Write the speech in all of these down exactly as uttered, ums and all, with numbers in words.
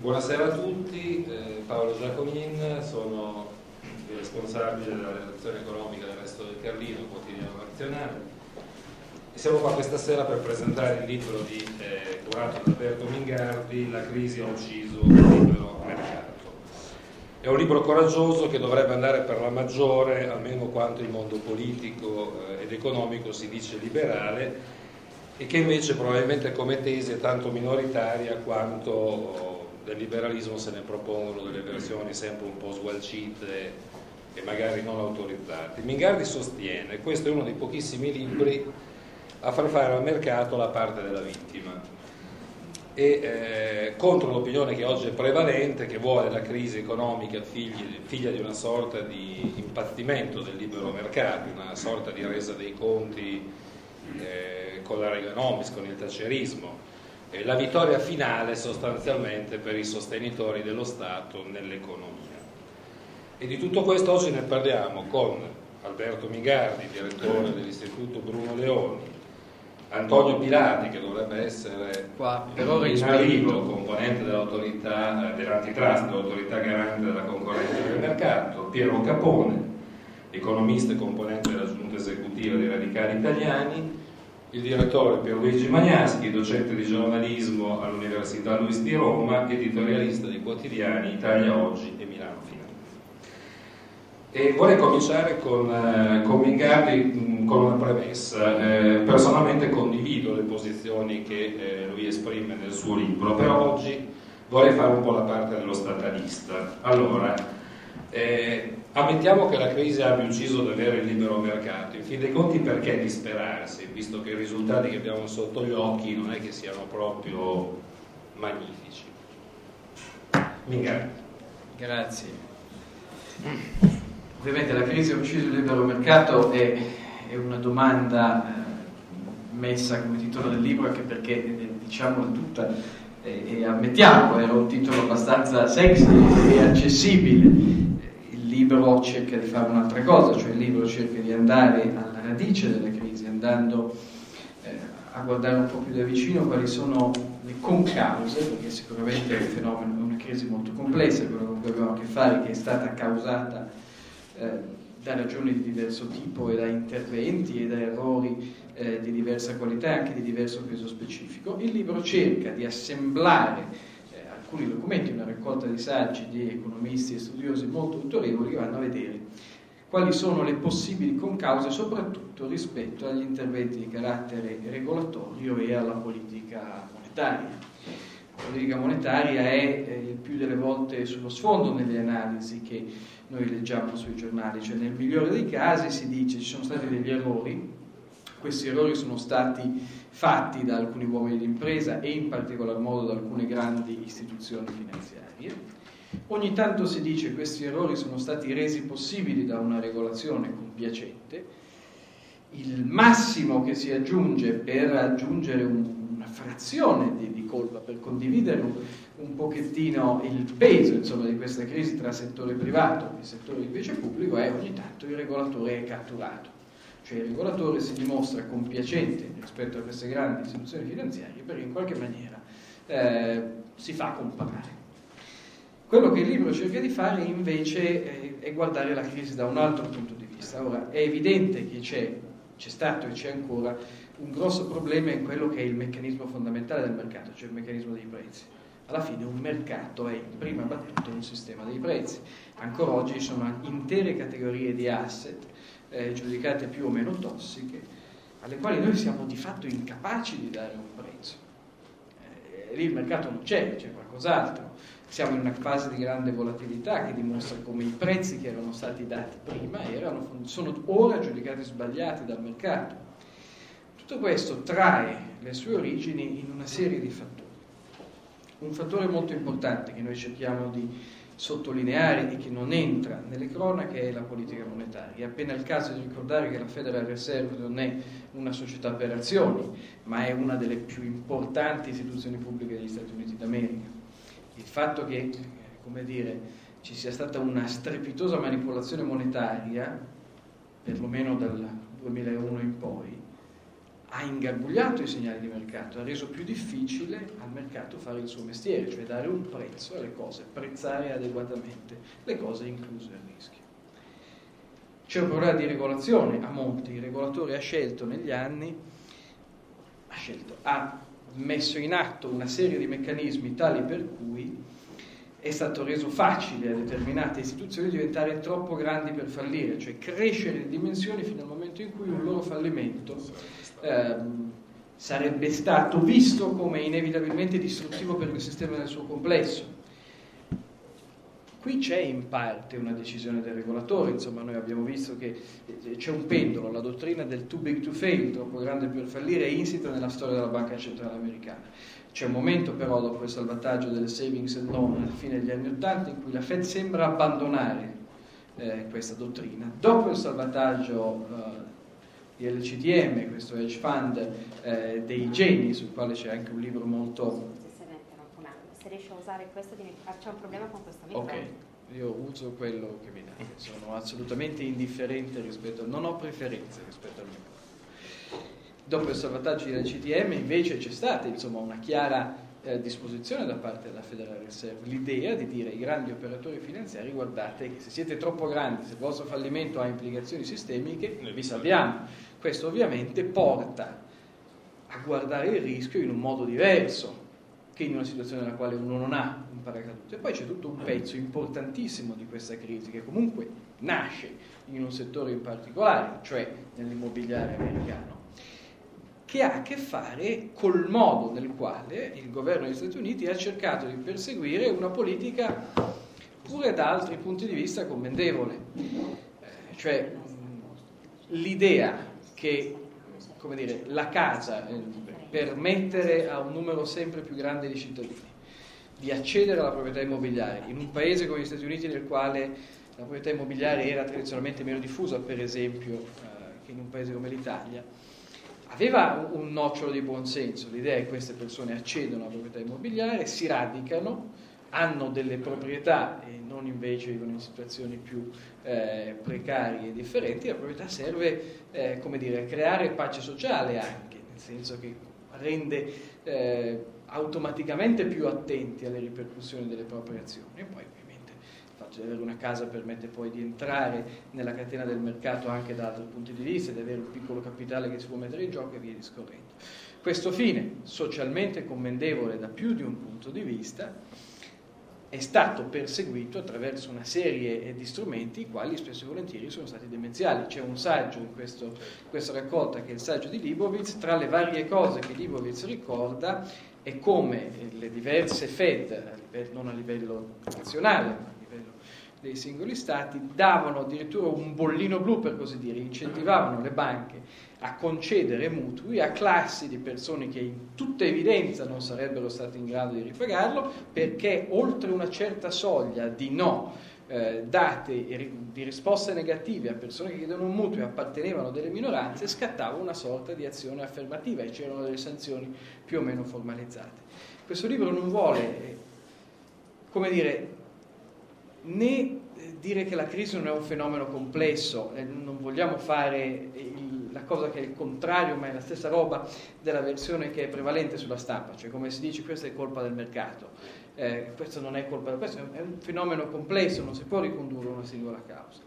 Buonasera a tutti, eh, Paolo Giacomin, sono il responsabile della redazione economica del Resto del Carlino, quotidiano nazionale, e siamo qua questa sera per presentare il libro di, eh, curato da Alberto Mingardi, La crisi ha ucciso il libero mercato. È un libro coraggioso che dovrebbe andare per la maggiore, almeno quanto il mondo politico eh, ed economico si dice liberale, e che invece probabilmente come tesi è tanto minoritaria quanto del liberalismo se ne propongono delle versioni sempre un po' sgualcite e magari non autorizzate. Mingardi sostiene, questo è uno dei pochissimi libri a far fare al mercato la parte della vittima, e eh, contro l'opinione che oggi è prevalente, che vuole la crisi economica figli, figlia di una sorta di impazzimento del libero mercato, una sorta di resa dei conti eh, con la Reaganomics, con il thatcherismo, eh, la vittoria finale sostanzialmente per i sostenitori dello Stato nell'economia. E di tutto questo oggi ne parliamo con Alberto Mingardi, direttore dell'Istituto Bruno Leoni, Antonio Pilati, che dovrebbe essere qua per ora in arrivo, componente dell'autorità dell'antitrust, dell'autorità garante della concorrenza del mercato, Piero Capone, economista e componente della giunta esecutiva dei Radicali Italiani, il direttore Pierluigi Magnaschi, docente di giornalismo all'Università Luis di Roma, editorialista dei quotidiani Italia Oggi e Milano Finanza. E vorrei cominciare con, eh, con Mingardi mh, con una premessa. Eh, personalmente condivido le posizioni che eh, lui esprime nel suo libro, però oggi vorrei fare un po' la parte dello statalista. Allora, eh, ammettiamo che la crisi abbia ucciso davvero il libero mercato. In fin dei conti, perché disperarsi, visto che i risultati che abbiamo sotto gli occhi non è che siano proprio magnifici? Mingardi. Grazie. Ovviamente la crisi ha ucciso il libero mercato è, è una domanda eh, messa come titolo del libro anche perché, eh, diciamola tutta, eh, e ammettiamo, era un titolo abbastanza sexy e accessibile. Il libro cerca di fare un'altra cosa, cioè il libro cerca di andare alla radice della crisi, andando eh, a guardare un po' più da vicino quali sono le concause, perché sicuramente è un fenomeno, è una crisi molto complessa, quella con cui abbiamo a che fare, che è stata causata Eh, da ragioni di diverso tipo e da interventi e da errori eh, di diversa qualità e anche di diverso peso specifico. Il libro cerca di assemblare eh, alcuni documenti, una raccolta di saggi di economisti e studiosi molto autorevoli che vanno a vedere quali sono le possibili concause, soprattutto rispetto agli interventi di carattere regolatorio e alla politica monetaria. La politica monetaria è eh, il più delle volte sullo sfondo nelle analisi che noi leggiamo sui giornali, cioè nel migliore dei casi si dice ci sono stati degli errori, questi errori sono stati fatti da alcuni uomini d'impresa e in particolar modo da alcune grandi istituzioni finanziarie. Ogni tanto si dice che questi errori sono stati resi possibili da una regolazione compiacente. Il massimo che si aggiunge per aggiungere un, una frazione di, di colpa, per condividere un, un pochettino il peso, insomma, di questa crisi tra settore privato e settore invece pubblico, è ogni tanto il regolatore è catturato. Cioè il regolatore si dimostra compiacente rispetto a queste grandi istituzioni finanziarie perché in qualche maniera eh, si fa comparare. Quello che il libro cerca di fare invece è, è guardare la crisi da un altro punto di vista. Ora, è evidente che c'è c'è stato e c'è ancora un grosso problema in quello che è il meccanismo fondamentale del mercato, cioè il meccanismo dei prezzi. Alla fine un mercato è in prima battuta un sistema dei prezzi. Ancora oggi ci sono intere categorie di asset eh, giudicate più o meno tossiche, alle quali noi siamo di fatto incapaci di dare un prezzo. Eh, lì il mercato non c'è, c'è qualcos'altro. Siamo in una fase di grande volatilità che dimostra come i prezzi che erano stati dati prima erano, sono ora giudicati sbagliati dal mercato. Tutto questo trae le sue origini in una serie di fattori. Un fattore molto importante che noi cerchiamo di sottolineare e che non entra nelle cronache è la politica monetaria. È appena il caso di ricordare che la Federal Reserve non è una società per azioni, ma è una delle più importanti istituzioni pubbliche degli Stati Uniti d'America. Il fatto che, come dire, ci sia stata una strepitosa manipolazione monetaria, perlomeno dal duemilauno in poi, ha ingarbugliato i segnali di mercato, ha reso più difficile al mercato fare il suo mestiere, cioè dare un prezzo alle cose, prezzare adeguatamente le cose, incluse il rischio. C'è un problema di regolazione a monte. Il regolatore ha scelto negli anni, ha scelto, ha messo in atto una serie di meccanismi tali per cui è stato reso facile a determinate istituzioni diventare troppo grandi per fallire, cioè crescere di dimensioni fino al momento in cui un loro fallimento ehm, sarebbe stato visto come inevitabilmente distruttivo per il sistema nel suo complesso. Qui c'è in parte una decisione del regolatore, insomma noi abbiamo visto che c'è un pendolo, la dottrina del too big to fail, troppo grande per fallire, è insita nella storia della Banca Centrale Americana. C'è un momento però dopo il salvataggio delle savings and loan alla fine degli anni Ottanta in cui la Fed sembra abbandonare eh, questa dottrina. Dopo il salvataggio eh, di L C T M, questo hedge fund eh, dei geni, sul quale c'è anche un libro molto... Se riesci a usare questo, c'è un problema con questo microfono. Ok, io uso quello che mi date, sono assolutamente indifferente rispetto a... non ho preferenze rispetto al microfono. Dopo il salvataggio di L C T M invece c'è stata insomma una chiara eh, disposizione da parte della Federal Reserve, l'idea di dire ai grandi operatori finanziari: guardate che se siete troppo grandi, se il vostro fallimento ha implicazioni sistemiche, vi salviamo. Questo ovviamente porta a guardare il rischio in un modo diverso che in una situazione nella quale uno non ha un paracadute. E poi c'è tutto un pezzo importantissimo di questa crisi che comunque nasce in un settore in particolare, cioè nell'immobiliare americano, che ha a che fare col modo nel quale il governo degli Stati Uniti ha cercato di perseguire una politica pure da altri punti di vista commendevole. Eh, cioè mh, l'idea che, come dire, la casa eh, permettere a un numero sempre più grande di cittadini di accedere alla proprietà immobiliare in un paese come gli Stati Uniti nel quale la proprietà immobiliare era tradizionalmente meno diffusa, per esempio, eh, che in un paese come l'Italia, aveva un nocciolo di buonsenso. L'idea è che queste persone accedono alla proprietà immobiliare, si radicano, hanno delle proprietà e non invece vivono in situazioni più eh, precarie e differenti. La proprietà serve, eh, come dire, a creare pace sociale anche, nel senso che rende eh, automaticamente più attenti alle ripercussioni delle proprie azioni. E poi ovviamente il fatto di avere una casa permette poi di entrare nella catena del mercato anche da altri punti di vista, di avere un piccolo capitale che si può mettere in gioco e via discorrendo. Questo fine, socialmente commendevole da più di un punto di vista, è stato perseguito attraverso una serie di strumenti, i quali spesso e volentieri sono stati demenziali. C'è un saggio in questo, questa raccolta, che è il saggio di Leibowitz. Tra le varie cose che Leibowitz ricorda è come le diverse Fed, a livello, non a livello nazionale, ma a livello dei singoli stati, davano addirittura un bollino blu, per così dire, incentivavano le banche a concedere mutui a classi di persone che in tutta evidenza non sarebbero state in grado di ripagarlo, perché oltre una certa soglia di no eh, date e di risposte negative a persone che chiedono un mutuo e appartenevano a delle minoranze, scattava una sorta di azione affermativa e c'erano delle sanzioni più o meno formalizzate. Questo libro non vuole, eh, come dire, né dire che la crisi non è un fenomeno complesso, eh, non vogliamo fare il, la cosa che è il contrario, ma è la stessa roba della versione che è prevalente sulla stampa, cioè come si dice questa è colpa del mercato, eh, questo non è colpa del mercato, è un fenomeno complesso, non si può ricondurre a una singola causa.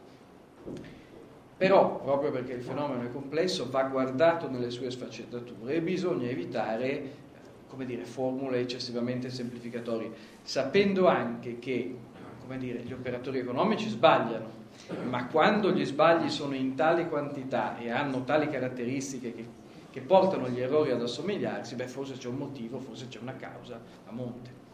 Però, proprio perché il fenomeno è complesso, va guardato nelle sue sfaccettature e bisogna evitare, come dire, formule eccessivamente semplificatorie, sapendo anche che, come dire, gli operatori economici sbagliano, ma quando gli sbagli sono in tali quantità e hanno tali caratteristiche che, che portano gli errori ad assomigliarsi, beh, forse c'è un motivo, forse c'è una causa a monte.